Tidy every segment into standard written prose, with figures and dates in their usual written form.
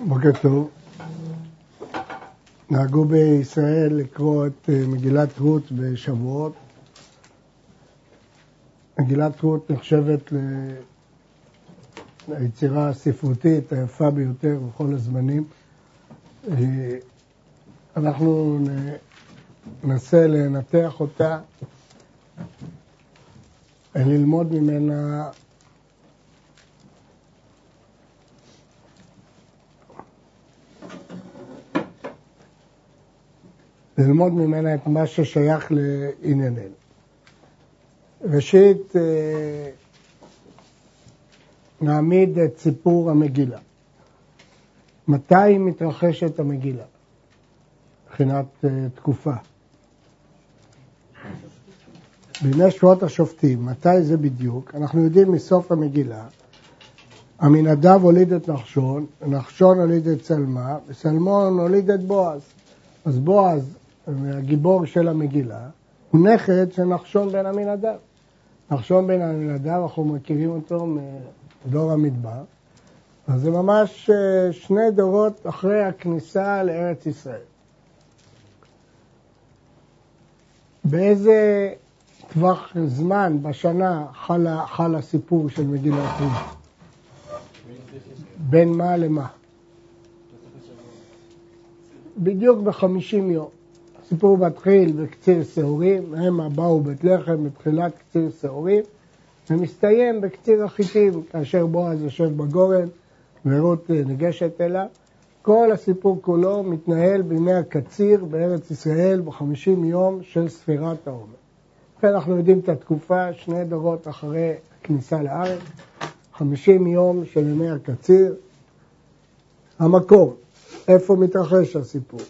בוקר טוב. נהגו בישראל לקרוא את מגילת רות בשבועות. מגילת רות נחשבת ליצירה הספרותית היפה ביותר בכל הזמנים. אנחנו ננסה לנתח אותה, ללמוד ממנה את מה ששייך לענייננו. ראשית, נעמיד את סיפור המגילה. מתי מתרחשת המגילה? מבחינת תקופה. בימי שבועות השופטים, מתי זה בדיוק? אנחנו יודעים מסוף המגילה, עמינדב הוליד את נחשון, נחשון הוליד את סלמה, וסלמון הוליד את בועז. אז בועז, הגיבור של המגילה, הוא נכד של נחשון בן עמינדב. נחשון בן עמינדב, אנחנו מכירים אותו מדור המדבר. אז זה ממש 2 דורות אחרי הכניסה לארץ ישראל. באיזה טווח זמן בשנה חל הסיפור של מגילת רות? בין מה למה? בדיוק ב50 יום. הסיפור מתחיל בקציר שעורים, הם באו בית לחם בתחילת קציר שעורים, ומסתיים בקציר החיטים, כאשר בועז יושב בגורן ורות ניגשת אליו. כל הסיפור כולו מתנהל בימי הקציר בארץ ישראל ב50 יום של ספירת העומר. לכן אנחנו יודעים את התקופה, 2 דורות אחרי הכניסה לארץ, 50 יום של ימי הקציר. המקום, איפה מתרחש הסיפור?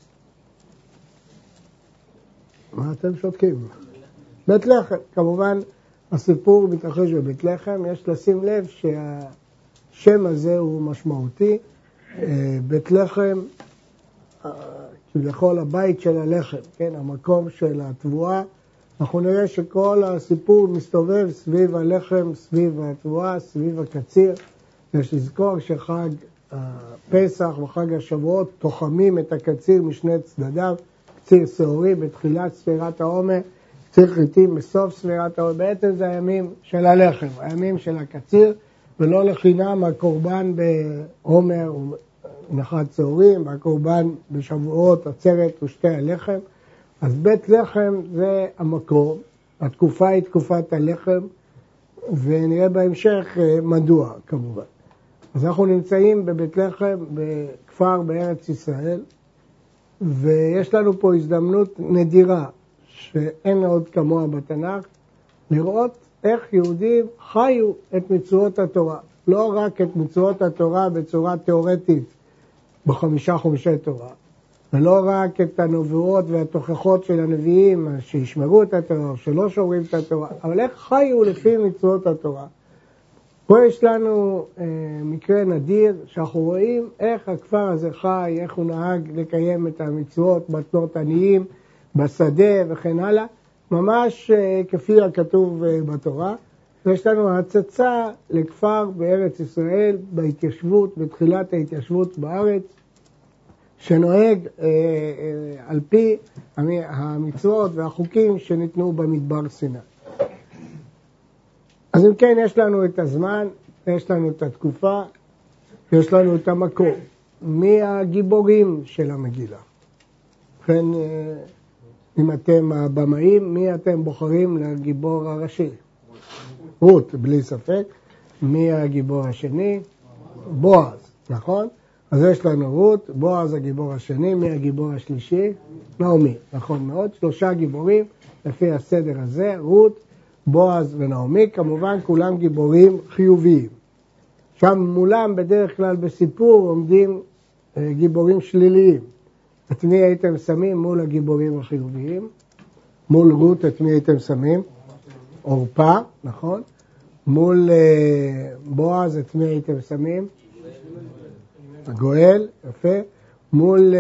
מה אתם שותקים? בית לחם. כמובן, הסיפור מתרחש בבית לחם. יש לשים לב שהשם הזה הוא משמעותי. בית לחם, כביכול הבית של הלחם, כן? המקום של התבואה. אנחנו נראה שכל הסיפור מסתובב סביב הלחם, סביב התבואה, סביב הקציר. יש לזכור שחג הפסח וחג השבועות תוחמים את הקציר משני צדדיו. קציר שעורי בתחילת ספירת העומר, קציר חיטים בסוף ספירת העומר. בעצם זה הימים של הלחם, הימים של הקציר, ולא לחינם הקורבן בעומר ונחת שעורים, והקורבן בשבועות, עצרת ושתי הלחם. אז בית לחם זה המקום, התקופה היא תקופת הלחם, ונראה בהמשך מדוע כמובן. אז אנחנו נמצאים בבית לחם, בכפר בארץ ישראל, ויש לנו פה הזדמנות נדירה, שאין עוד כמוה בתנ"ך, לראות איך יהודים חיו את מצוות התורה. לא רק את מצוות התורה בצורה תיאורטית ב5 חומשי תורה, ולא רק את הנבואות והתוכחות של הנביאים שישמרו את התורה או שלא שומרים את התורה, אבל איך חיו לפי מצוות התורה. פה יש לנו מקרה נדיר שאנחנו רואים איך הכפר הזה חי, איך הוא נהג לקיים את המצוות, מתנות עניים, בשדה וכן הלאה, ממש כפי הכתוב בתורה. ויש לנו הצצה לכפר בארץ ישראל, בהתיישבות, בתחילת ההתיישבות בארץ, שנוהג על פי המצוות והחוקים שניתנו במדבר סיני. אז אם כן, יש לנו את הזמן, יש לנו את התקופה, יש לנו את המקום. מי הגיבורים של המגילה? לכן, אם אתם הבמאים, מי אתם בוחרים לגיבור הראשי? רות, בלי ספק. מי הגיבור השני? בועז, נכון? אז יש לנו רות, בועז הגיבור השני, מי הגיבור השלישי? נעמי, נכון מאוד. 3 גיבורים, לפי הסדר הזה, רות, בועז ונעמי, כמובן כולם גיבורים חיוביים. שם מולם בדרך כלל בסיפור עומדים גיבורים שליליים. את מי הייתם שמים מול הגיבורים החיוביים? מול רות את מי הייתם שמים? אורפה, נכון? מול בועז את מי הייתם שמים? הגואל, יפה. מול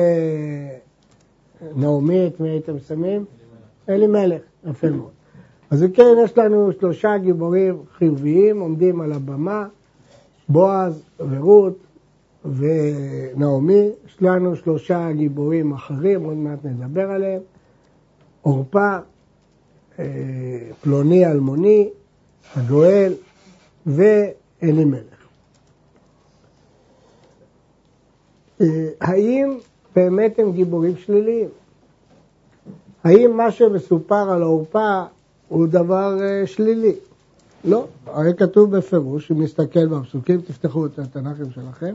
נעמי את מי הייתם שמים? אלימלך, יפה מאוד. אז כן, יש לנו 3 גיבורים חיוביים, עומדים על הבמה, בועז ורות, ונעמי, יש לנו 3 גיבורים אחרים, עוד מעט נדבר עליהם, אורפה, פלוני אלמוני, הגואל ואלימלך. האם באמת הם גיבורים שליליים? האם מה שמסופר על האורפה הוא דבר שלילי? לא, הרי כתוב בפירוש, אם נסתכל בפסוקים, תפתחו את התנ"כים שלכם.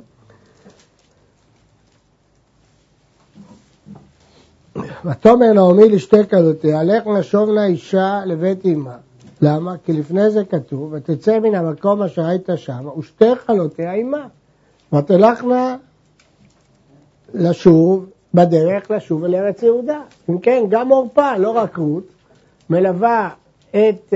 ותאמר נעמי לשתי כלותיה, לך נשובנה אישה לבית אמה. למה? כי לפני זה כתוב, ותצא מן המקום אשר היית שם, ושתי כלותיה עמה. ותלכנה לשוב, בדרך לשוב אל ארץ יהודה. אם כן, גם אורפה, לא רק רות, מלווה את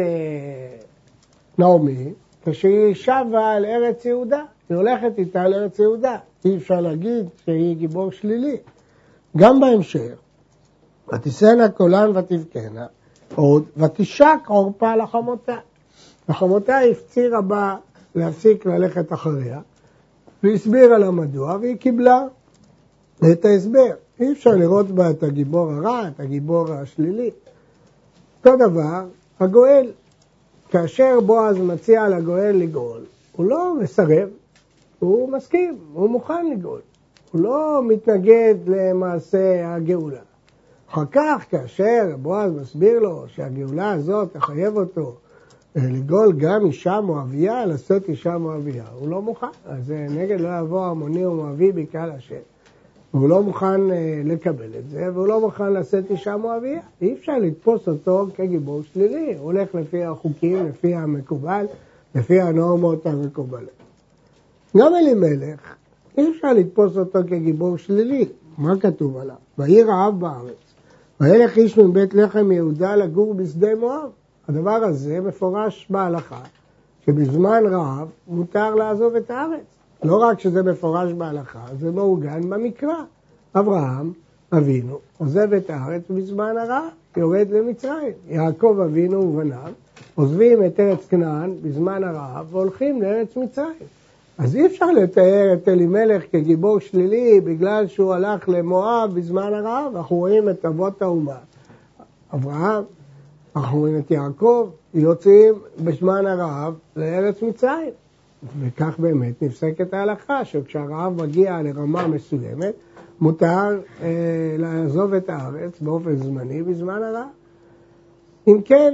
נעמי, כשהיא שבה על ארץ יהודה. היא הולכת איתה על ארץ יהודה. אי אפשר להגיד שהיא גיבור שלילי. גם בהמשך, ותישאנה קולן ותבכנה, עוד, ותשק אורפה לחמותה. לחמותה הפצירה בה להפסיק ללכת אחריה, והסבירה לה מדוע, והיא קיבלה את ההסבר. אי אפשר לראות בה את הגיבור הרע, את הגיבור השלילי. אותו דבר, הגואל. כאשר בועז מציע לגואל לגאול, הוא לא מסרב, הוא מסכים, הוא מוכן לגאול. הוא לא מתנגד למעשה הגאולה. אחר כך, כאשר בועז מסביר לו שהגאולה הזאת תחייב אותו לגאול גם אישה מואביה, לעשות אישה מואביה, הוא לא מוכן. אז נגד לא יבוא המוני ומואבי בקהל השם. הוא לא מוכן לקבל את זה, והוא לא מוכן לשאת אישה מואביה. אי אפשר לתפוס אותו כגיבור שלילי. הוא הולך לפי החוקים, לפי המקובל, לפי הנורמות המקובלות. גם אלימלך, אי אפשר לתפוס אותו כגיבור שלילי. מה כתוב עליו? ויהי רעב בארץ. וילך איש מבית לחם יהודה לגור בשדה מואב. הדבר הזה מפורש בהלכה, שבזמן רעב מותר לעזוב את הארץ. לא רק שזה מפורש בהלכה, זה מעוגן במקרא. אברהם אבינו עוזב את הארץ בזמן הרעב, יורד למצרים. יעקב אבינו ובניו עוזבים את ארץ כנען בזמן הרעב והולכים לארץ מצרים. אז אי אפשר לתאר את אלימלך כגיבור שלילי בגלל שהוא הלך למואב בזמן הרעב. אנחנו רואים את אבות האומה, אברהם, אנחנו רואים את יעקב, יוצאים בזמן הרעב לארץ מצרים. וכך באמת נפסקת ההלכה, שכשהרעב מגיע לרמה מסוימת, מותר לעזוב את הארץ באופן זמני בזמן הרעב. אם כן,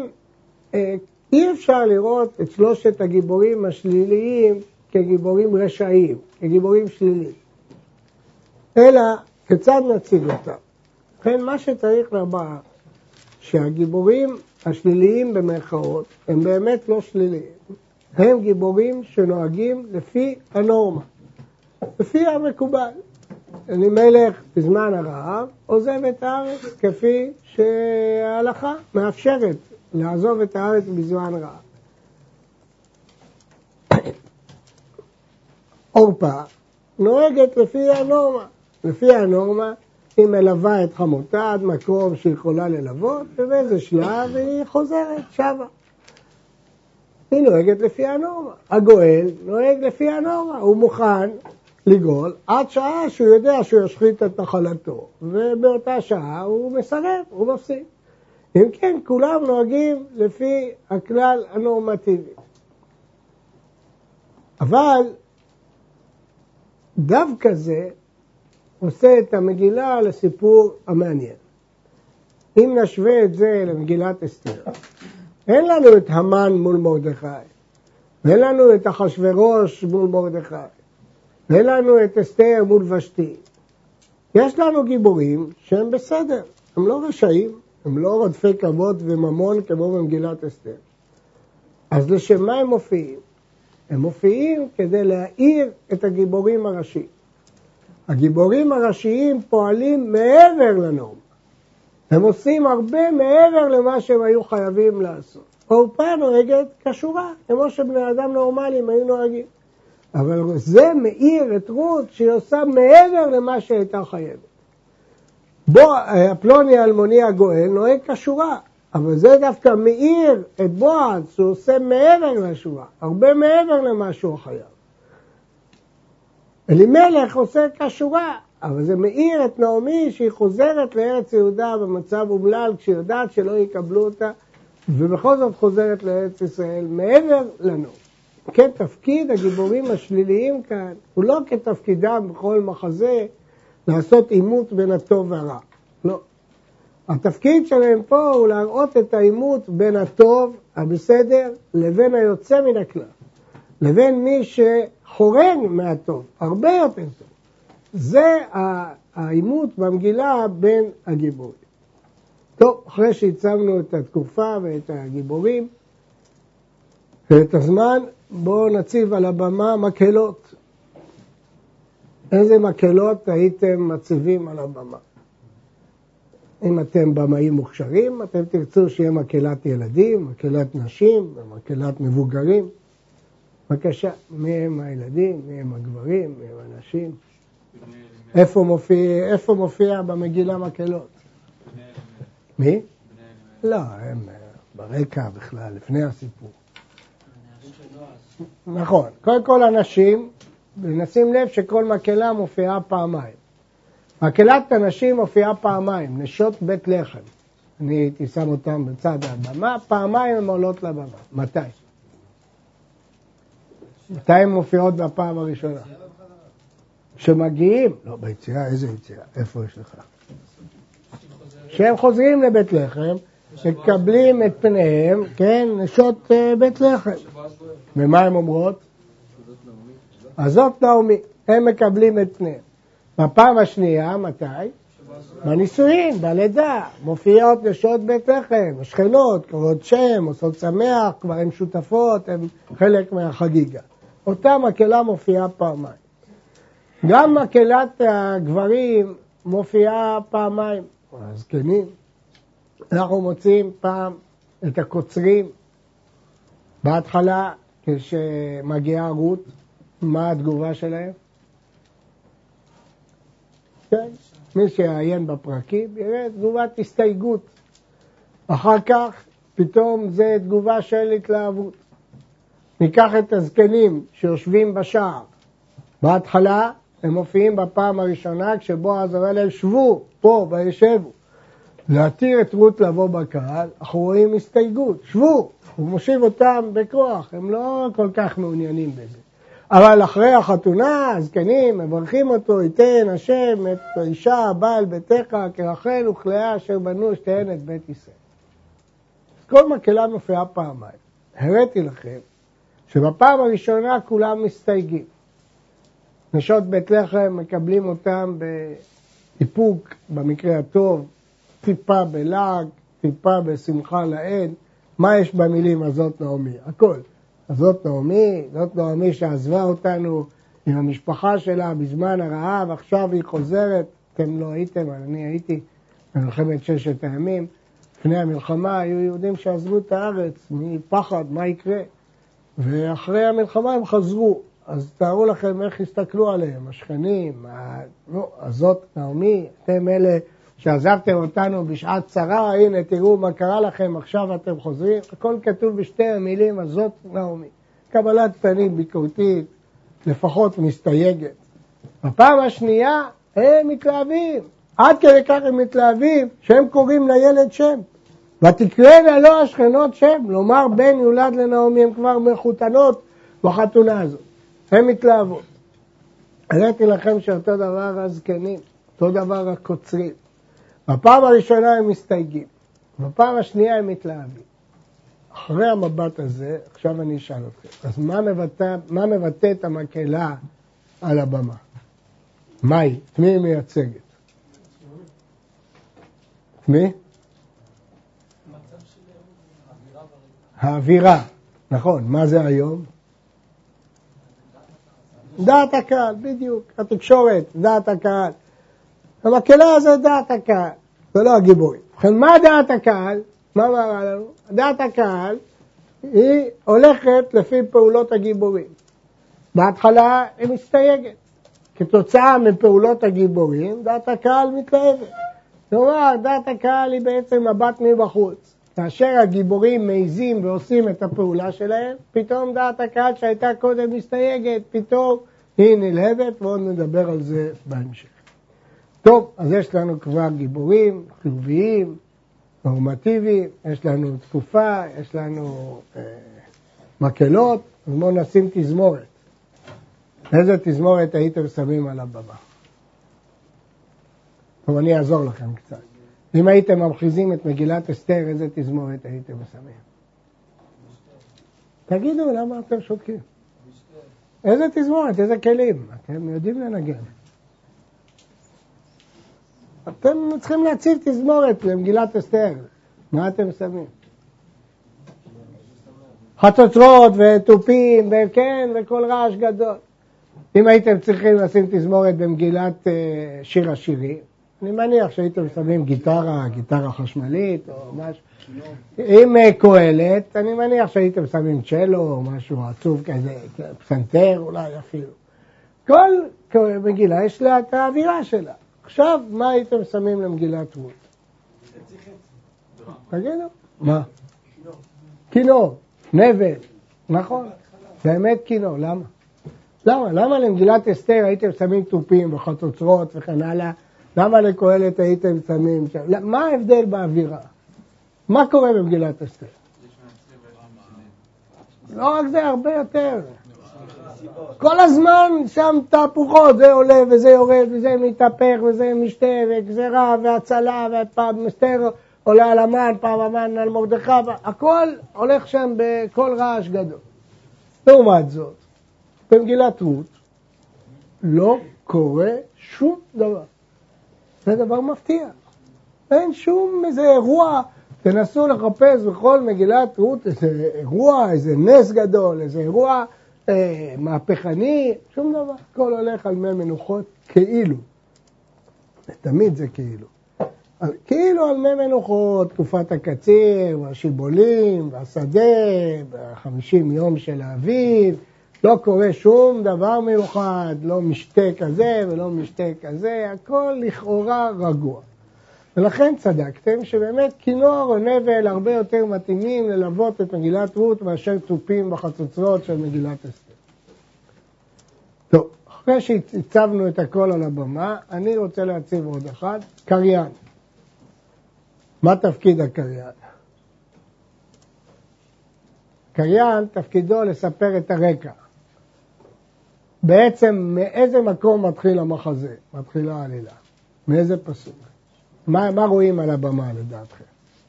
אי אפשר לראות את 3 הגיבורים השליליים כגיבורים רשעים, כגיבורים שליליים. אלא כיצד נציג אותם? לכן מה שצריך לומר, שהגיבורים השליליים במרכאות הם באמת לא שליליים. הם גיבורים שנוהגים לפי הנורמה, לפי המקובל. אלימלך בזמן הרעב עוזב את הארץ כפי שההלכה מאפשרת לעזוב את הארץ בזמן רעב. אורפה נוהגת לפי הנורמה. לפי הנורמה היא מלווה את חמותה עד מקום שיכולה ללוות, ובאיזה שלב היא חוזרת, שבה. היא נוהגת לפי הנורמה. הגואל נוהג לפי הנורמה. הוא מוכן לגאול עד שעה שהוא יודע שהוא ישחית את נחלתו, ובאותה שעה הוא מסרב, הוא מפסיק. אם כן, כולם נוהגים לפי הכלל הנורמטיבי. אבל דווקא זה עושה את המגילה לסיפור המעניין. אם נשווה את זה למגילת אסתר, אין לנו את המן מול מרדכי, ואין לנו את אחשוורוש מול מרדכי, ואין לנו את אסתר מול ושתי. יש לנו גיבורים שהם בסדר, הם לא רשעים, הם לא רדפי כבוד וממון כמו במגילת אסתר. אז לשם מה הם מופיעים? הם מופיעים כדי להאיר את הגיבורים הראשיים. הגיבורים הראשיים פועלים מעבר לנורמה. הם עושים הרבה מעבר למה שהם היו חייבים לעשות. אורפה נוהגת כשורה, כמו שבני אדם נורמליים היו נוהגים. אבל זה מאיר את רות שהיא עושה מעבר למה שהייתה חייבת. פלוני אלמוני הגואל נוהג כשורה, אבל זה דווקא מאיר את בועז שהוא עושה מעבר לשורה, הרבה מעבר למה שהוא חייב. אלימלך עושה כשורה, אבל זה מאיר את נעמי שהיא חוזרת לארץ יהודה במצב אומלל, כשהיא יודעת שלא יקבלו אותה, ובכל זאת חוזרת לארץ ישראל מעבר לנו. כן, תפקיד הגיבורים השליליים כאן, הוא לא כתפקידם בכל מחזה לעשות עימות בין הטוב והרע. לא. התפקיד שלהם פה הוא להראות את העימות בין הטוב, הבסדר, לבין היוצא מן הכלל. לבין מי שחורג מהטוב, הרבה יותר טוב. זה העימות במגילה בין הגיבורים. טוב, אחרי שהצבנו את התקופה ואת הגיבורים ואת הזמן, בואו נציב על הבמה מקהלות. איזה מקהלות הייתם מציבים על הבמה? אם אתם במאים מוכשרים, אתם תרצו שיהיה מקהלת ילדים, מקהלת נשים, מקהלת מבוגרים. בבקשה, מי הם הילדים, מי הם הגברים, מי הם הנשים? איפה מופיע במגילה מקהלות? מי? לא, הם ברקע בכלל, לפני הסיפור. נכון, קודם כל אנשים, ונשים לב שכל מקהלה מופיעה פעמיים. מקהלת הנשים מופיעה פעמיים, נשות בית לחם. אני הייתי שם אותם בצד הבמה, פעמיים הן עולות לבמה. מתי? מתי הן מופיעות בפעם הראשונה? שמגיעים, לא ביציאה, איזה יציאה? איפה יש לך? שהם חוזרים לבית לחם, מקבלים את פניהם, כן, נשות בית לחם. ומה הן אומרות? הזאת נעמי, הם מקבלים את פניהם. בפעם השנייה, מתי? בנישואין, בלידה, מופיעות נשות בית לחם, השכנות, קוראות שם, עושות שמח, כבר הן שותפות, הן חלק מהחגיגה. אותה מקהלה מופיעה פעמיים. גם מקהלת הגברים מופיעה פעמיים, הזקנים. אנחנו מוצאים פעם את הקוצרים. בהתחלה, כשמגיעה רות, מה התגובה שלהם? כן, מי שיעיין בפרקים יראה תגובת הסתייגות. אחר כך פתאום זה תגובה של התלהבות. ניקח את הזקנים שיושבים בשער. בהתחלה הם מופיעים בפעם הראשונה כשבועז אומר להם שבו פה וישבו. להתיר את רות לבוא בקהל, אנחנו רואים הסתייגות, שבו. הוא מושיב אותם בכוח, הם לא כל כך מעוניינים בזה. אבל אחרי החתונה, הזקנים מברכים אותו, ייתן השם את האישה הבעל ביתך, כרחל וכלאה אשר בנו שתיהן את בית ישראל. כל מקהלה מופיעה פעמיים. הראיתי לכם שבפעם הראשונה כולם מסתייגים. נשות בית לחם מקבלים אותם באיפוק, במקרה הטוב, טיפה בלעג, טיפה בשמחה לאל. מה יש במילים הזאת נעמי? הכל. הזאת נעמי, זאת נעמי שעזבה אותנו עם המשפחה שלה בזמן הרעב, עכשיו היא חוזרת, אתם לא הייתם, אני הייתי במלחמת ששת הימים. לפני המלחמה היו יהודים שעזבו את הארץ מפחד, מה יקרה? ואחרי המלחמה הם חזרו. אז תארו לכם איך הסתכלו עליהם, השכנים, הזאת נעמי, אתם אלה שעזבתם אותנו בשעת צרה, הנה תראו מה קרה לכם, עכשיו אתם חוזרים, הכל כתוב בשתי המילים, הזאת נעמי. קבלת פנים ביקורתית, לפחות מסתייגת. בפעם השנייה הם מתלהבים, עד כדי כך הם מתלהבים שהם קוראים לילד שם. ותקראנה לו השכנות שם, לומר בן יולד לנעמי, הם כבר מחותנות בחתונה הזאת. הם מתלהבות. הראיתי לכם שאותו דבר הזקנים, אותו דבר הקוצרים. בפעם הראשונה הם מסתייגים, בפעם השנייה הם מתלהבים. אחרי המבט הזה, עכשיו אני אשאל אתכם, אז מה מבטא את המקהלה על הבמה? מה היא? את מי היא מייצגת? את מי? האווירה. נכון, מה זה היום? דעת הקהל, בדיוק, התקשורת, דעת הקהל. המקהלה זה דעת הקהל, זה לא הגיבורים. ובכן, מה דעת הקהל? מה מראה לנו? דעת הקהל היא הולכת לפי פעולות הגיבורים. בהתחלה היא מסתייגת. כתוצאה מפעולות הגיבורים, דעת הקהל מתלהבת. כלומר, דעת הקהל היא בעצם מבט מבחוץ. כאשר הגיבורים מעיזים ועושים את הפעולה שלהם, פתאום דעת הקהל שהייתה קודם מסתייגת, פתאום היא נלהבת, ועוד נדבר על זה בהמשך. טוב, אז יש לנו כבר גיבורים, חיוביים, נורמטיביים, יש לנו תקופה, יש לנו מקהלות, אז בואו נשים תזמורת. איזה תזמורת הייתם שמים על הבמה? טוב, אני אעזור לכם קצת. אם הייתם ממחיזים את מגילת אסתר, איזה תזמורת הייתם שמים? תגידו, למה אתם שותקים? איזה תזמורת, איזה כלים? אתם יודעים לנגן. אתם צריכים להציב תזמורת למגילת אסתר. מה אתם שמים? חצוצרות וטופים וכן, וכל רעש גדול. אם הייתם צריכים לשים תזמורת במגילת שיר השירים, אני מניח שהייתם שמים גיטרה חשמלית או משהו. אם קהלת, אני מניח שהייתם שמים צ'לו או משהו עצוב כזה, פסנתר אולי אפילו. כל מגילה יש לה את האווירה שלה. עכשיו, מה הייתם שמים למגילת רות? תגידו. מה? כינור, נבל, נכון. באמת כינור, למה? למה למגילת אסתר הייתם שמים טופים וחצוצרות וכן הלאה? למה לקהלת הייתם שמים? מה ההבדל באווירה? מה קורה במגילת אסתר? לא רק זה, הרבה יותר. כל הזמן שם תהפוכות, זה עולה וזה יורד וזה מתהפך וזה משתה וגזרה והצלה ופעם אסתר עולה על המן, פעם המן על מרדכי, הכל הולך שם בכל רעש גדול. לעומת זאת, במגילת רות לא קורה שום דבר. זה דבר מפתיע. אין שום איזה אירוע, תנסו לחפש בכל מגילת רות איזה אירוע, איזה נס גדול, איזה אירוע מהפכני, שום דבר. הכל הולך על מי מנוחות כאילו. תמיד זה כאילו. כאילו על מי מנוחות, תקופת הקציר, והשיבולים, והשדה, ב50 יום של האביב, לא קורה שום דבר מיוחד, לא משתה כזה ולא משתה כזה, הכל לכאורה רגוע. ולכן צדקתם שבאמת כינור או נבל הרבה יותר מתאימים ללוות את מגילת רות מאשר טופים בחצוצרות של מגילת אסתר. טוב, אחרי שהצבנו את הכל על הבמה, אני רוצה להציב עוד אחד, קריין. מה תפקיד הקריין? קריין תפקידו לספר את הרקע. בעצם מאיזה מקום מתחיל המחזה, מתחילה העלילה? מאיזה פסוק? מה רואים על הבמה לדעתכם?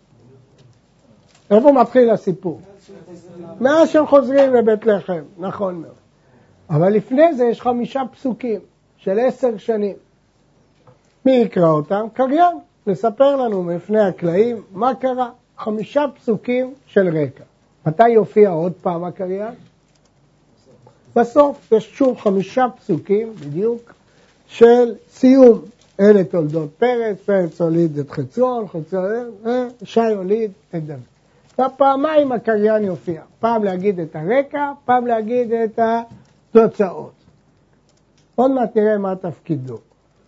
איפה מתחיל הסיפור? מאז שהם חוזרים לבית לחם, נכון מאוד. אבל לפני זה יש 5 פסוקים של 10 שנים. מי יקרא אותם? קריין. לספר לנו מפני הקלעים מה קרה. 5 פסוקים של רקע. מתי יופיע עוד פעם הקריין? בסוף יש שוב 5 פסוקים בדיוק של סיום. אלה תולדות פרץ, פרץ הוליד את חצרון, שי הוליד את דוד. והפעמיים הקריין יופיע. פעם להגיד את הרקע, פעם להגיד את התוצאות. עוד מעט נראה מה תפקידו.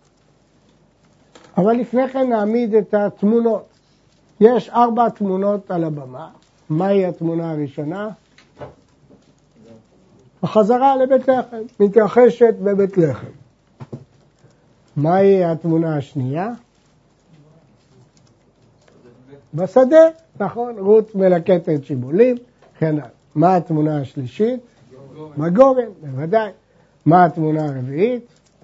אבל לפני כן נעמיד את התמונות. יש 4 תמונות על הבמה. מהי התמונה הראשונה? החזרה לבית לחם, מתרחשת בבית לחם. מהי התמונה השנייה? בשדה, נכון, רות מלקטת שיבולים, כן. מה התמונה השלישית? בגורן, בוודאי. מה התמונה הרביעית?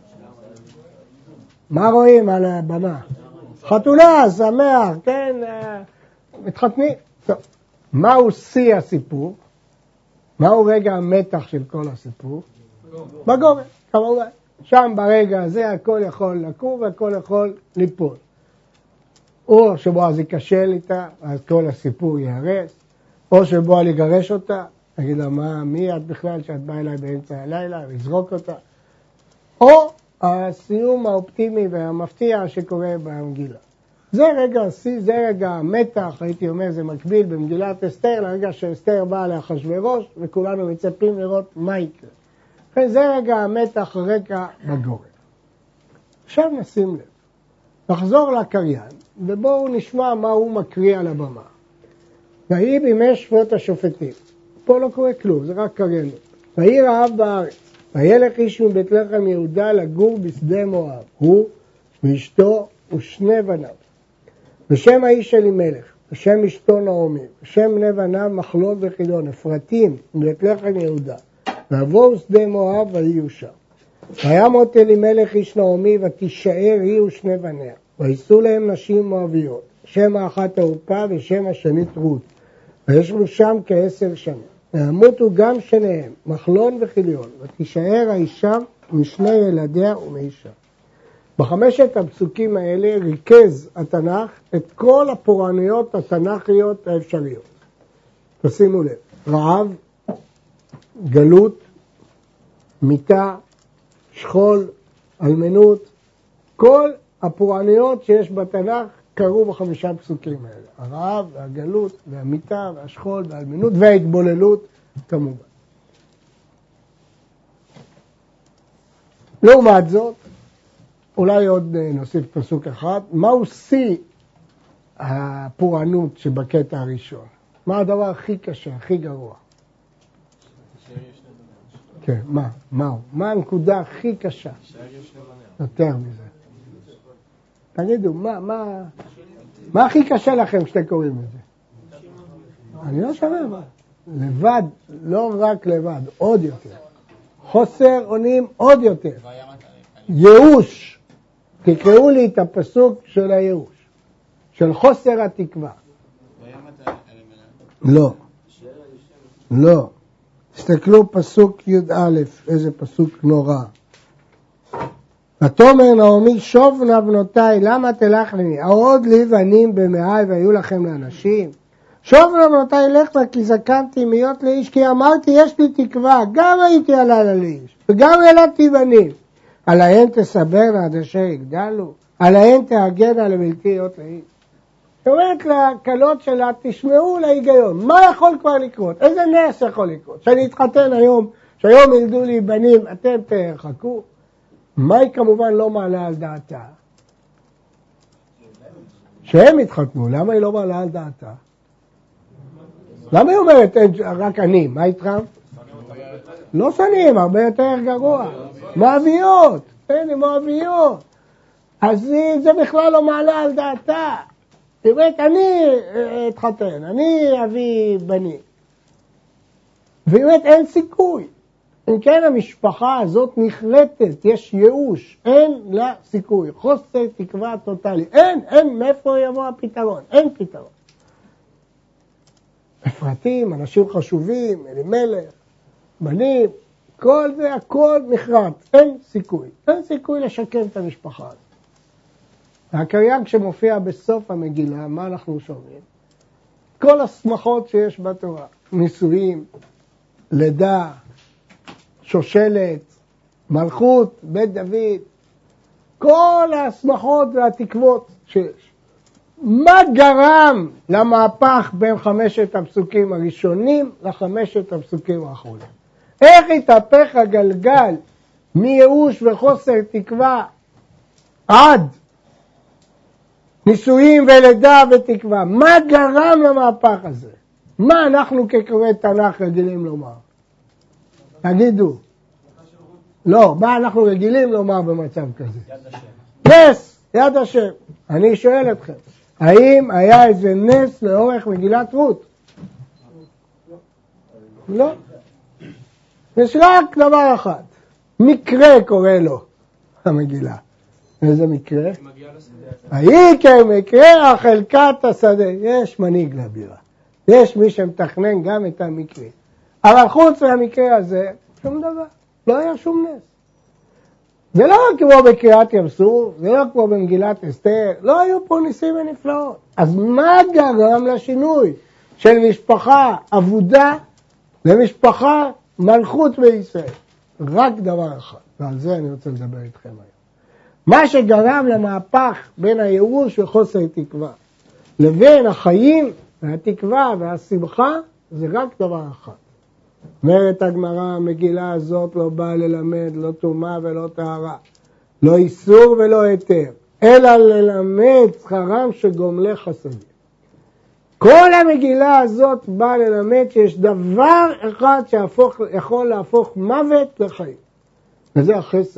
מה רואים על הבמה? חתונה, שמח, כן, מתחתנים. טוב. מהו שיא הסיפור? מהו רגע המתח של כל הסיפור? בגורן, כמובן. שם ברגע הזה הכל יכול לקום והכל יכול ליפול. או שבועז ייכשל איתה, אז כל הסיפור ייהרס, או שבועז יגרש אותה, תגיד לה, מי את בכלל שאת באה אליי באמצע הלילה, ויזרוק אותה. או הסיום האופטימי והמפתיע שקורה במגילה. זה רגע השיא, זה רגע המתח, הייתי אומר, זה מקביל במגילת אסתר, לרגע שאסתר באה לאחשוורוש, וכולנו מצפים לראות מה יקרה. וזה רגע המתח, רגע בגורן. עכשיו נשים לב. נחזור לקריין, ובואו נשמע מה הוא מקריא על הבמה. ויהי בימי שפוט השופטים. פה לא קורה כלום, זה רק קריינות. ויהי רעב בארץ, וילך איש מבית לחם יהודה לגור בשדה מואב, הוא ואשתו ושני בניו. בשם האיש אלימלך, בשם אשתו נעמי, בשם בני בניו מחלון וחידון, אפרתים מבית לחם יהודה, ועברו שדה מואב ויהיו שם. וימות אלימלך איש נעמי ותישאר היא ושני בניה, ויישאו להם נשים מואביות, שם האחת עורפה ושם השנית רות, וישבו שם כ10 שנים. וימותו גם שניהם, מחלון וחיליון, ותישאר האישה משני ילדיה ומאישה. בחמשת הפסוקים האלה ריכז התנ"ך את כל הפורענויות התנ"כיות האפשריות. תשימו לב, רעב, גלות, מיתה, שכול, אלמנות, כל הפורענויות שיש בתנ"ך קרו ב5 פסוקים האלה. הרעב, והגלות, והמיתה, והשכול, והאלמנות, וההתבוללות כמובן. לעומת זאת, אולי עוד נוסיף פסוק אחד, מהו שיא הפורענות שבקטע הראשון? מה הדבר הכי קשה, הכי גרוע? כן, מהו? מה הנקודה הכי קשה? יותר מזה. תגידו, מה הכי קשה לכם כשאתם קוראים את זה? אני לא שומע מה. לבד, לא רק לבד, עוד יותר. חוסר אונים עוד יותר. ייאוש. תקראו לי את הפסוק של הייאוש. של חוסר התקווה. לא. תסתכלו פסוק י"א, איזה פסוק נורא. ותאמר נעמי שוב נא בנותיי, למה תלכני? העוד לי בנים במאי והיו לכם לאנשים? שוב נא בנותיי לכנה כי זקנתי להיות לאיש, כי אמרתי יש לי תקווה, גם הייתי ילדה לאיש, וגם ילדתי בנים. עליהן תסברנה עד אשר יגדלו, עליהן תהגנה לבלתי להיות לאיש. זאת אומרת לקלות שלה, תשמעו להיגיון, מה יכול כבר לקרות? איזה נס יכול לקרות? שאני אתחתן היום, שהיום ילדו לי בנים, אתם תחכו? מה היא כמובן לא מעלה על דעתה? שהם התחתנו, למה היא לא מעלה על דעתה? למה היא אומרת רק אני? מה איתך? לא שנים, הרבה יותר גרוע. מאביות, הנה מאביות. אז זה בכלל לא מעלה על דעתה. היא אומרת, אני אתחתן, אני אביא בנים. והיא אומרת, אין סיכוי. אם כן, המשפחה הזאת נחלטת, יש ייאוש, אין לה סיכוי, חוסר תקווה טוטלי. אין, מאיפה יבוא הפתרון? אין פתרון. אפרתים, אנשים חשובים, אלימלך, בנים, כל זה, הכל נחרט, אין סיכוי. אין סיכוי לשקם את המשפחה הזאת. הקריין שמופיע בסוף המגילה, מה אנחנו שומעים? כל השמחות שיש בתורה, נישואים, לידה, שושלת, מלכות, בית דוד, כל השמחות והתקוות שיש. מה גרם למהפך בין 5 הפסוקים הראשונים ל5 הפסוקים האחרונים? איך התהפך הגלגל מייאוש וחוסר תקווה עד נישואים ולידה ותקווה? מה גרם למהפך הזה? מה אנחנו כקוראי תנ"ך רגילים לומר? תגידו. לא, מה אנחנו רגילים לומר במצב כזה? יד השם. נס, יד השם. אני שואל אתכם, האם היה איזה נס לאורך מגילת רות? לא. יש רק דבר אחד. מקרה קורא לו המגילה. איזה מקרה? ההיא כמקרה חלקת השדה. יש מנהיג לבירה. יש מי שמתכנן גם את המקרה. אבל חוץ מהמקרה הזה, שום דבר. לא היה שום נס. זה לא כמו בקריאת ים סוף, זה לא כמו במגילת אסתר, לא היו פה ניסים ונפלאות. אז מה גרם לשינוי של משפחה עבודה למשפחה מלכות בישראל? רק דבר אחד, ועל זה אני רוצה לדבר איתכם היום. מה שגרם למהפך בין הייאוש וחוסר תקווה לבין החיים והתקווה והשמחה, זה רק דבר אחד. אומרת הגמרא, המגילה הזאת לא באה ללמד, לא טומאה ולא טהרה, לא איסור ולא היתר, אלא ללמד שכרם של גומלי חסדים. כל המגילה הזאת באה ללמד שיש דבר אחד שיכול להפוך מוות לחיים. וזה החסד.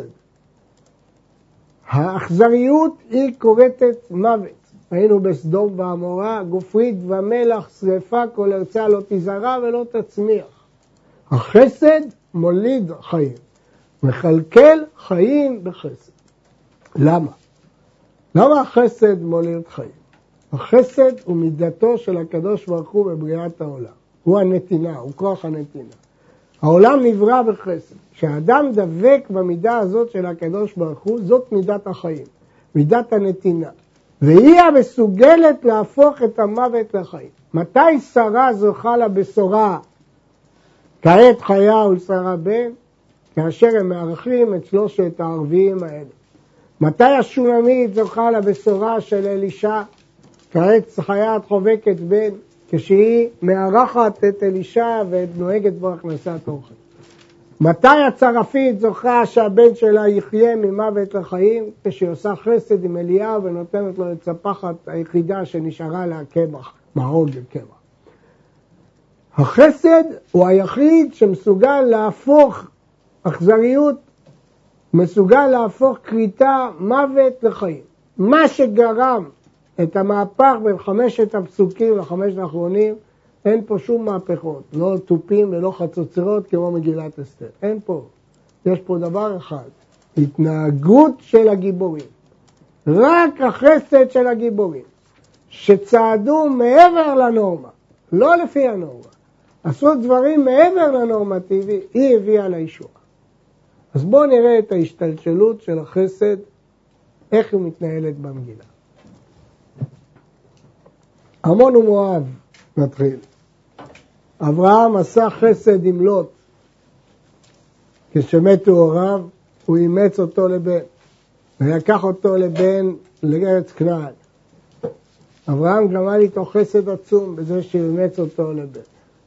האכזריות היא כורתת מוות. היינו בסדום ועמורה, גופרית ומלח, שריפה, כל ארצה לא תזרע ולא תצמיח. החסד מוליד חיים, מחלקל חיים בחסד. למה? למה החסד מוליד חיים? החסד הוא מידתו של הקדוש ברוך הוא בבריאת העולם. הוא הנתינה, הוא כוח הנתינה. העולם נברא בחסד. כשאדם דבק במידה הזאת של הקדוש ברוך הוא, זאת מידת החיים, מידת הנתינה. והיא המסוגלת להפוך את המוות לחיים. מתי שרה זוכה לבשורה? כעת חיה ולשרה בן, כאשר הם מארחים את שלושת הערביים האלה. מתי השונמית זוכה לבשורה של אלישע? כעת חיית חובקת בן, כשהיא מארחת את אלישע ונוהגת בו הכנסת אוכל. מתי הצרפית זוכה שהבן שלה יחיה ממוות לחיים? כשהיא עושה חסד עם אליהו ונותנת לו את הפחת היחידה שנשארה לה קמח, מעוג קמח. החסד הוא היחיד שמסוגל להפוך אכזריות, מסוגל להפוך כריתה מוות לחיים. מה שגרם את המהפך בין 5 הפסוקים ל5 האחרונים, אין פה שום מהפכות, לא טופים ולא חצוצרות כמו מגילת אסתר. אין פה. יש פה דבר אחד, התנהגות של הגיבורים. רק החסד של הגיבורים, שצעדו מעבר לנורמה, לא לפי הנורמה. עשו דברים מעבר לנורמטיבי, היא הביאה לישועה. אז בואו נראה את ההשתלשלות של החסד, איך היא מתנהלת במגילה. עמון ומואב נתחיל. אברהם עשה חסד עם לוט. כשמתו הוריו, הוא אימץ אותו לבן, ולקח אותו לבן לארץ כנען. אברהם גמל איתו חסד עצום בזה שאימץ אותו לבן.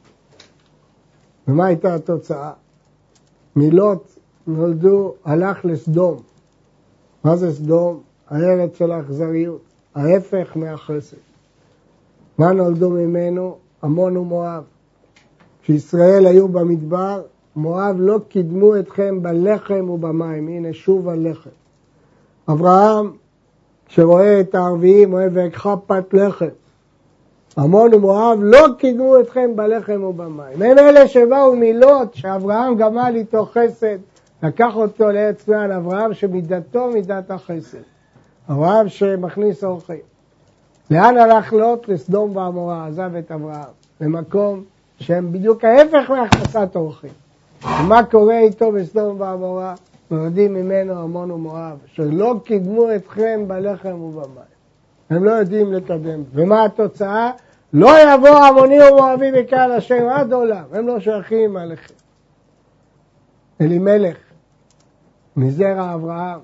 ומה הייתה התוצאה? מלוט נולדו, הלך לסדום. מה זה סדום? הארץ של האכזריות, ההפך מהחסד. מה נולדו ממנו? עמון ומואב. כשישראל היו במדבר, מואב לא קידמו אתכם בלחם ובמים. הנה שוב הלחם. אברהם, כשרואה את הערביים, אוהב ויקחה פת לחם. עמון ומואב לא קידמו אתכם בלחם ובמים. הם אלה שבאו מלוט, שאברהם גמל איתו חסד, לקח אותו לארץ כנען. אברהם שמידתו מידת החסד. אברהם שמכניס אורחים. לאן הלך לוט? לסדום ועמורה, עזב את אברהם, למקום שהם בדיוק ההפך מהכנסת אורחים. ומה קורה איתו בסדום ועמורה? נולדים ממנו עמון ומואב, שלא קידמו אתכם בלחם ובמים. הם לא יודעים לקדם. ומה התוצאה? לא יבוא עמוני ומואבי בקהל השם עד עולם. הם לא שייכים עליכם. אלימלך, מזרע אברהם,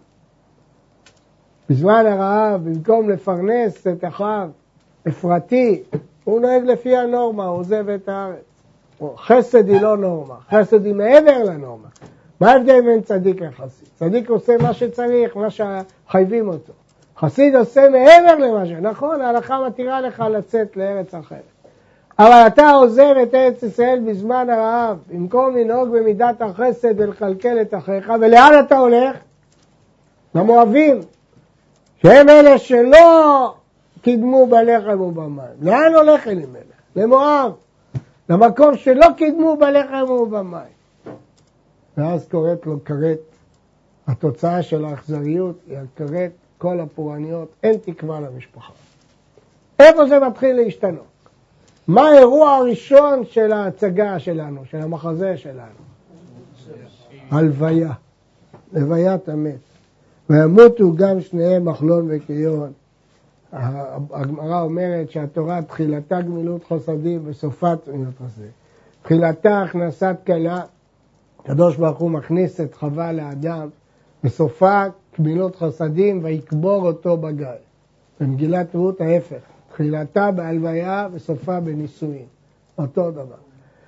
בזמן הרעב, במקום לפרנס את אחיו, אפרתי, הוא נוהג לפי הנורמה, הוא עוזב את הארץ. חסד היא לא נורמה, חסד היא מעבר לנורמה. מה ההבדל בין צדיק לחסיד? צדיק עושה מה שצריך, מה שחייבים אותו. חסיד עושה מעבר למה ש... נכון, ההלכה מתירה לך לצאת לארץ אחרת. אבל אתה עוזב את ארץ ישראל בזמן הרעב, במקום לנהוג במידת החסד ולכלכל את אחיך, ולאן אתה הולך? למואבים. שהם אלה שלא קידמו בלחם ובמים. לאן הולך אלימלך? למואב. למקום שלא קידמו בלחם ובמים. ואז קוראת לו כרת. התוצאה של האכזריות היא הכרת כל הפורעניות. אין תקווה למשפחה. איפה זה מתחיל להשתנות? מה האירוע הראשון של ההצגה שלנו, של המחזה שלנו? הלוויה. לוויית המת. וימותו גם שניהם מחלון וקיון. הגמרא אומרת שהתורה תחילתה גמילות חסדים וסופת גמילות חסדים. תחילתה הכנסת כלה, הקדוש ברוך הוא מכניס את חווה לאדם, וסופה גמילות חסדים ויקבור אותו בגיא. במגילת רות ההפך, תחילתה בהלוויה וסופה בנישואין. אותו דבר.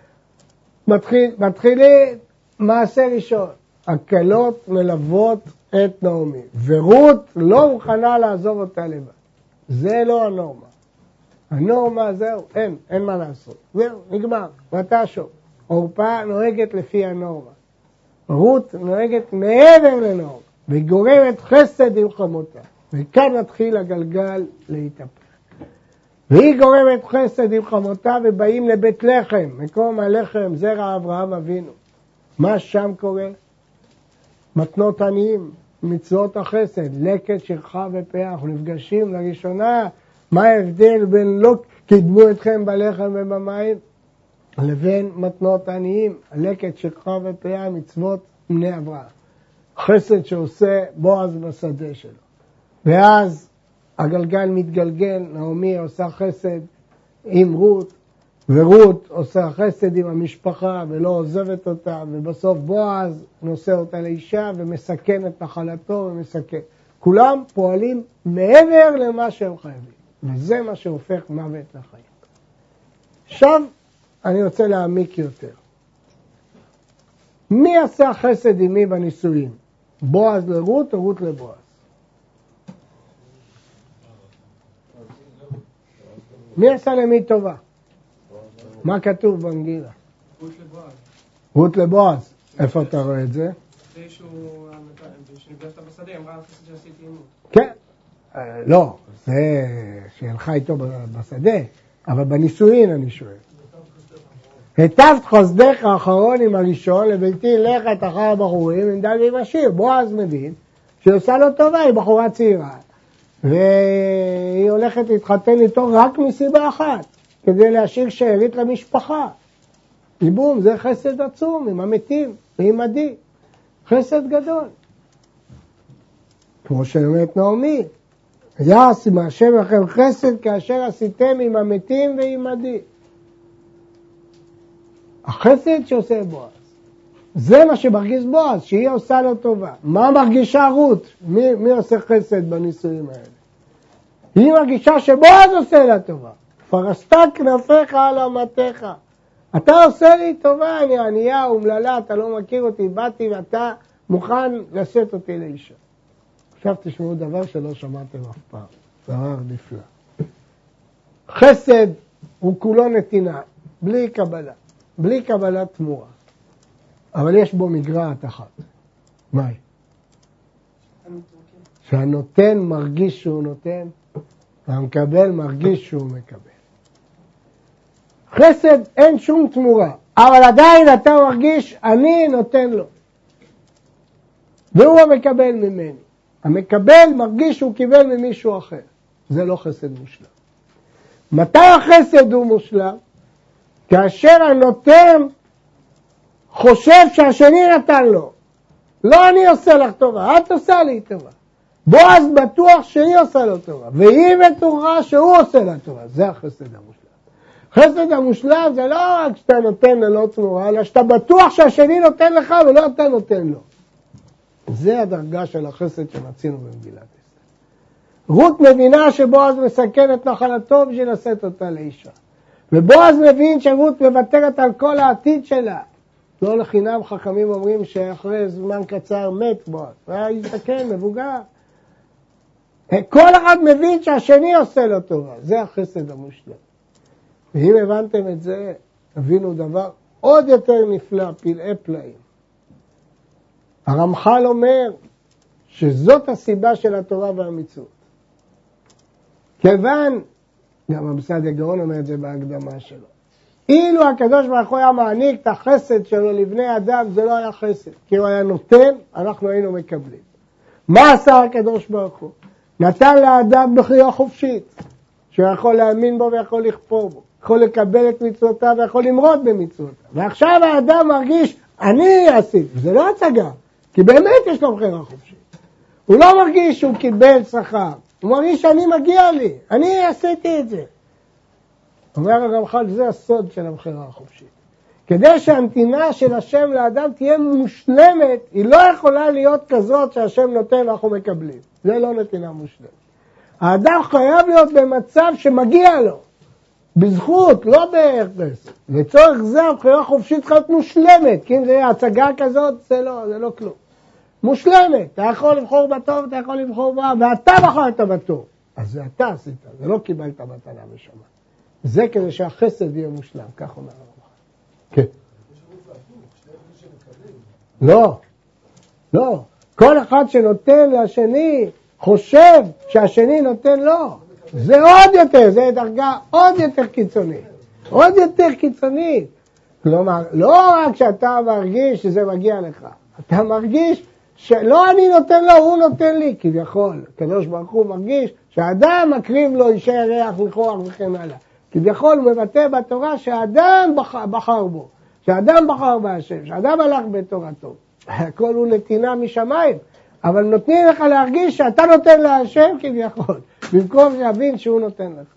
מתחילים מעשה ראשון. הקלות מלוות את נעמי, ורות לא מוכנה לעזוב אותה לבד. זה לא הנורמה. הנורמה זהו, אין מה לעשות. זהו, נגמר, ואתה שוב. עורפה נוהגת לפי הנורמה. רות נוהגת מעבר לנהוג, והיא גורמת חסד עם חמותה. וכאן מתחיל הגלגל להתהפך. והיא גורמת חסד עם חמותה ובאים לבית לחם, מקום הלחם, זרע אברהם אבינו. מה שם קורה? מתנות עניים, מצוות החסד, לקט, שכחה ופאה. אנחנו נפגשים לראשונה, מה ההבדל בין לא קידמו אתכם בלחם ובמים, לבין מתנות עניים, לקט, שכחה ופאה, מצוות בני אברהם. חסד שעושה בועז בשדה שלו. ואז הגלגל מתגלגל, נעמי עושה חסד עם רות, ורות עושה חסד עם המשפחה ולא עוזבת אותה, ובסוף בועז נושא אותה לאישה ומסכן את נחלתו ומסכן. כולם פועלים מעבר למה שהם חייבים, וזה מה שהופך מוות לחיים. עכשיו אני רוצה להעמיק יותר. מי עשה חסד עם מי בנישואים? בועז לרות או רות לבועז? מי עשה למי טובה? מה כתוב במגילה? רות לבועז. רות לבועז. איפה אתה רואה את זה? זה שנפגשת בשדה, אמרה על חסד שעשיתי עימות. כן. לא, זה שהלכה איתו בשדה, אבל בנישואין אני שואל. היטבת חסדך האחרון עם הראשון, לבלתי לכת אחר הבחורים, עם דל ועם עשיר. בועז מבין שהיא עושה לו טובה, היא בחורה צעירה. והיא הולכת להתחתן איתו רק מסיבה אחת, כדי להשאיר שארית למשפחה. ליבום, זה חסד עצום, עם המתים ועם עדי. חסד גדול. כמו שאומרת נעמי, יעש מהשם לכם חסד כאשר עשיתם עם המתים ועם עדי. החסד שעושה בועז. זה מה שמרגיש בועז, שהיא עושה לו טובה. מה מרגישה רות? מי עושה חסד בנישואים האלה? היא מרגישה שבועז עושה לה טובה. פרסת כנפיך על אמתך. אתה עושה לי טובה, אני ענייה ומללה, אתה לא מכיר אותי, באתי ואתה מוכן לשאת אותי לאישה. עכשיו תשמעו דבר שלא שמעתם אף פעם. דבר נפלא. חסד הוא כולו נתינה, בלי קבלה. בלי קבלת תמורה. אבל יש בו מגרעת אחת. מה היא? שהנותן מרגיש שהוא נותן, והמקבל מרגיש שהוא מקבל. חסד אין שום תמורה, אבל עדיין אתה מרגיש, אני נותן לו. והוא המקבל ממני. המקבל מרגיש שהוא קיבל ממישהו אחר. זה לא חסד מושלם. מתי החסד הוא מושלם? כאשר הנותן חושב שהשני נתן לו. לא אני עושה לך טובה, את עושה לי טובה. בועז בטוח שהיא עושה לו טובה, והיא בטוחה שהוא עושה לה טובה. זה החסד המושלם. חסד המושלם זה לא רק שאתה נותן ללא תמורה, אלא שאתה בטוח שהשני נותן לך ולא אתה נותן לו. זה הדרגה של החסד שמצינו במגילת אסתר. רות מבינה שבועז מסכן את נחלתו בשביל לשאת אותה לאישה. ובועז מבין שרות מוותרת על כל העתיד שלה. לא לחינם חכמים אומרים שאחרי זמן קצר מת בועז. והיא זקן, מבוגר. כל אחד מבין שהשני עושה לו טובה. זה החסד המושלם. ואם הבנתם את זה, הבינו דבר עוד יותר נפלא, פלאי פלאים. הרמח"ל אומר שזאת הסיבה של התורה והמצוות. כיוון, גם המסעד הגאון אומר את זה בהקדמה שלו, אילו הקדוש ברוך הוא היה מעניק את החסד שלו לבני אדם, זה לא היה חסד. כי הוא היה נותן, אנחנו היינו מקבלים. מה עשה הקדוש ברוך הוא? נתן לאדם בחירה חופשית, שהוא יכול להאמין בו ויכול לכפור בו, יכול לקבל את מצוותיו ויכול למרוד במצוותיו. ועכשיו האדם מרגיש, אני עשיתי, זה לא הצגה, כי באמת יש לו בחירה חופשית. הוא לא מרגיש שהוא קיבל שכר, הוא מרגיש שאני מגיע לי, אני עשיתי את זה. אומר הרמח"ל, זה הסוד של הבחירה החופשית. כדי שהנתינה של השם לאדם תהיה מושלמת, היא לא יכולה להיות כזאת שהשם נותן ואנחנו מקבלים. זה לא נתינה מושלמת. האדם חייב להיות במצב שמגיע לו, בזכות, לא בהכרח. לצורך זה הבחירה החופשית צריכה להיות מושלמת, כי אם זה יהיה הצגה כזאת, זה לא כלום. מושלמת, אתה יכול לבחור בטוב, אתה יכול לבחור ברע, ואתה בחרת בטוב. אז זה אתה עשית, זה לא קיבלת מתנה בשמיים. זה כדי שהחסד יהיה מושלם, כך אומר הרמח"ל. כן. לא, לא. כל אחד שנותן לשני חושב שהשני נותן לו. זה עוד יותר, זה דרגה עוד יותר קיצונית. עוד יותר קיצונית. כלומר, לא רק שאתה מרגיש שזה מגיע לך, אתה מרגיש שלא אני נותן לו, הוא נותן לי, כביכול. הקדוש ברוך הוא מרגיש שהאדם מקריב לו אישי ריח וכוח וכן הלאה. כביכול הוא מבטא בתורה שהאדם בחר בו, שהאדם בחר בהשם, שהאדם הלך בתורתו. הכל הוא נתינה משמיים, אבל נותנים לך להרגיש שאתה נותן להשם כביכול, במקום להבין שהוא נותן לך.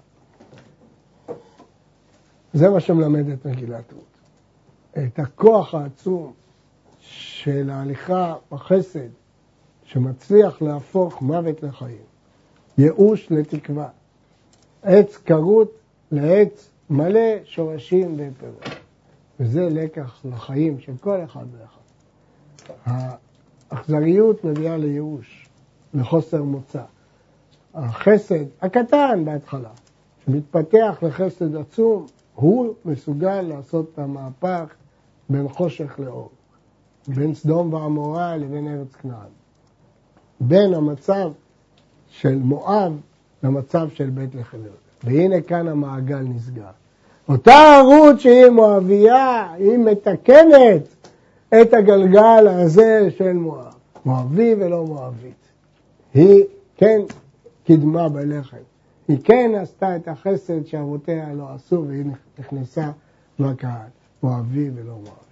זה מה שמלמד את מגילת רות. את הכוח העצום של ההליכה בחסד, שמצליח להפוך מוות לחיים, ייאוש לתקווה, עץ כרות לעץ מלא שורשים ופירות. וזה לקח לחיים של כל אחד ואחד. האכזריות מביאה לייאוש, לחוסר מוצא. החסד הקטן בהתחלה, שמתפתח לחסד עצום, הוא מסוגל לעשות את המהפך בין חושך לאור, בין סדום ועמורה לבין ארץ כנען, בין המצב של מואב למצב של בית לחם. והנה כאן המעגל נסגר. אותה רות שהיא מואביה, היא מתקנת את הגלגל הזה של מואב. מואבי ולא מואבית. היא כן קדמה בלחם. היא כן עשתה את החסד שאבותיה לא עשו, והיא נכנסה לקהל. מואבי ולא מואבי.